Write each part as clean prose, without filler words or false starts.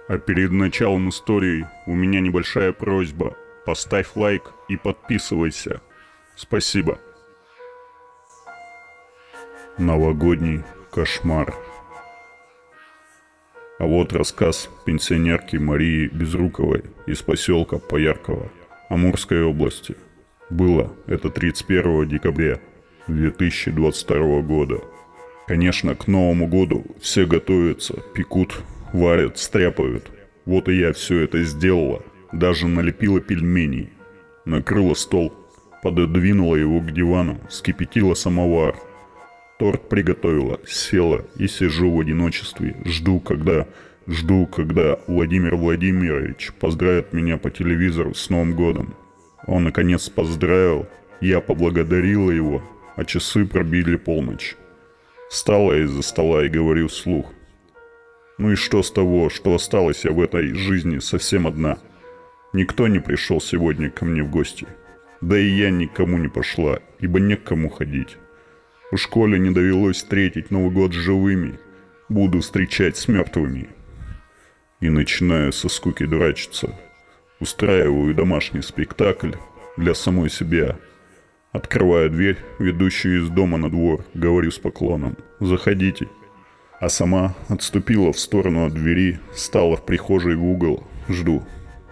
А перед началом истории у меня небольшая просьба. Поставь лайк и подписывайся. Спасибо. Новогодний кошмар. А вот рассказ пенсионерки Марии Безруковой из поселка Поярково Амурской области. Было это 31 декабря 2022 года. Конечно, к Новому году все готовятся, пекут, варят, стряпают. Вот и я все это сделала. Даже налепила пельменей. Накрыла стол, пододвинула его к дивану, вскипятила самовар. Торт приготовила, села и сижу в одиночестве. Жду, когда Владимир Владимирович поздравит меня по телевизору с Новым годом. Он наконец поздравил, я поблагодарила его, а часы пробили полночь. Встала из-за стола и говорю вслух. Ну и что с того, что осталась я в этой жизни совсем одна? Никто не пришел сегодня ко мне в гости. Да и я никому не пошла, ибо не к кому ходить. В школе не довелось встретить Новый год с живыми. Буду встречать с мертвыми. И начинаю со скуки дурачиться. Устраиваю домашний спектакль для самой себя. Открываю дверь, ведущую из дома на двор, говорю с поклоном: «Заходите». А сама отступила в сторону от двери, стала в прихожей в угол, жду.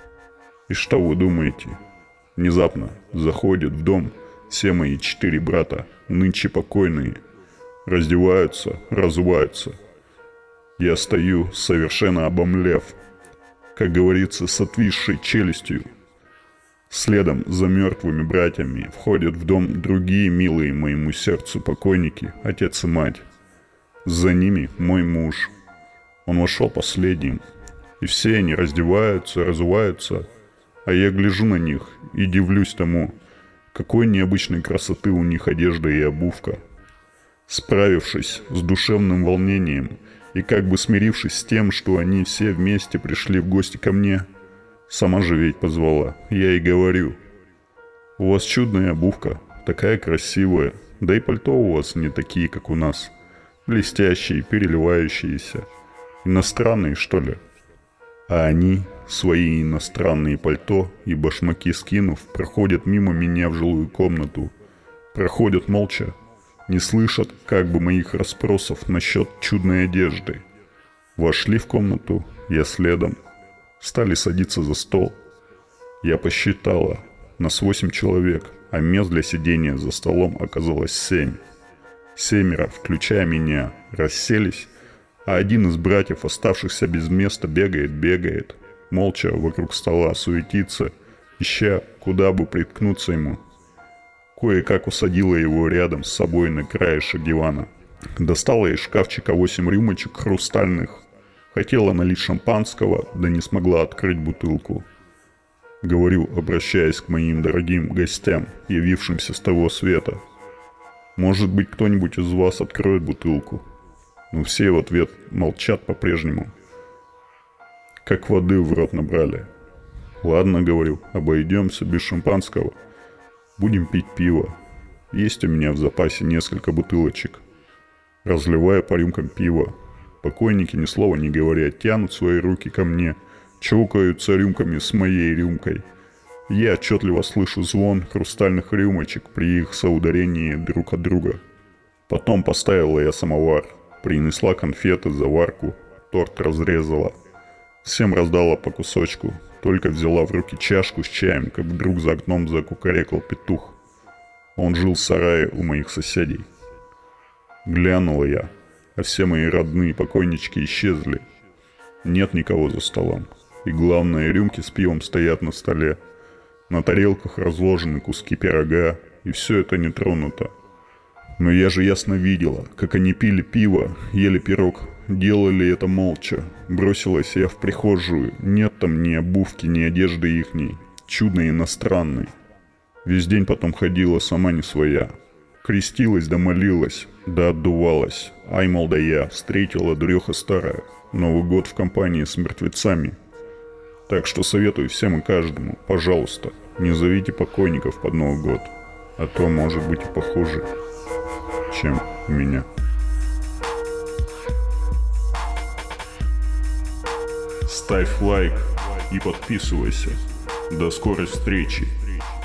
И что вы думаете? Внезапно заходят в дом все мои 4 брата, нынче покойные. Раздеваются, разуваются. Я стою, совершенно обомлев, как говорится, с отвисшей челюстью. Следом за мертвыми братьями входят в дом другие милые моему сердцу покойники, отец и мать. За ними мой муж. Он вошел последним. И все они раздеваются, разуваются, а я гляжу на них и дивлюсь тому, какой необычной красоты у них одежда и обувка. Справившись с душевным волнением и как бы смирившись с тем, что они все вместе пришли в гости ко мне, сама же ведь позвала, я и говорю: «У вас чудная обувка, такая красивая, да и пальто у вас не такие, как у нас, блестящие, переливающиеся, иностранные, что ли?» А они, свои иностранные пальто и башмаки скинув, проходят мимо меня в жилую комнату. Проходят молча, не слышат как бы моих расспросов насчет чудной одежды. Вошли в комнату, я следом. Стали садиться за стол. Я посчитала, нас 8 человек, а мест для сидения за столом оказалось 7. 7, включая меня, расселись, а один из братьев, оставшихся без места, бегает, молча вокруг стола суетится, ища, куда бы приткнуться ему. Кое-как усадила его рядом с собой на краешек дивана. Достала из шкафчика 8 рюмочек хрустальных. Хотела налить шампанского, да не смогла открыть бутылку. Говорю, обращаясь к моим дорогим гостям, явившимся с того света: «Может быть, кто-нибудь из вас откроет бутылку?» Но все в ответ молчат по-прежнему. Как воды в рот набрали. «Ладно, — говорю, — обойдемся без шампанского. Будем пить пиво. Есть у меня в запасе несколько бутылочек». Разливаю по рюмкам пиво. Покойники, ни слова не говоря, тянут свои руки ко мне, чокаются рюмками с моей рюмкой. Я отчетливо слышу звон хрустальных рюмочек при их соударении друг от друга. Потом поставила я самовар, принесла конфеты, заварку, торт разрезала. Всем раздала по кусочку, только взяла в руки чашку с чаем, как вдруг за окном закукарекал петух. Он жил в сарае у моих соседей. Глянула я, а все мои родные покойнички исчезли. Нет никого за столом. И главное, рюмки с пивом стоят на столе. На тарелках разложены куски пирога, и все это не тронуто. Но я же ясно видела, как они пили пиво, ели пирог, делали это молча. Бросилась я в прихожую, нет там ни обувки, ни одежды ихней, чудной иностранной. Весь день потом ходила сама не своя. Крестилась да молилась, да отдувалась. Ай, мол, да я встретила дуреха старая, Новый год в компании с мертвецами. Так что советую всем и каждому, пожалуйста, не зовите покойников под Новый год, а то может быть и похуже, чем у меня. ставь лайк и подписывайся. До скорой встречи.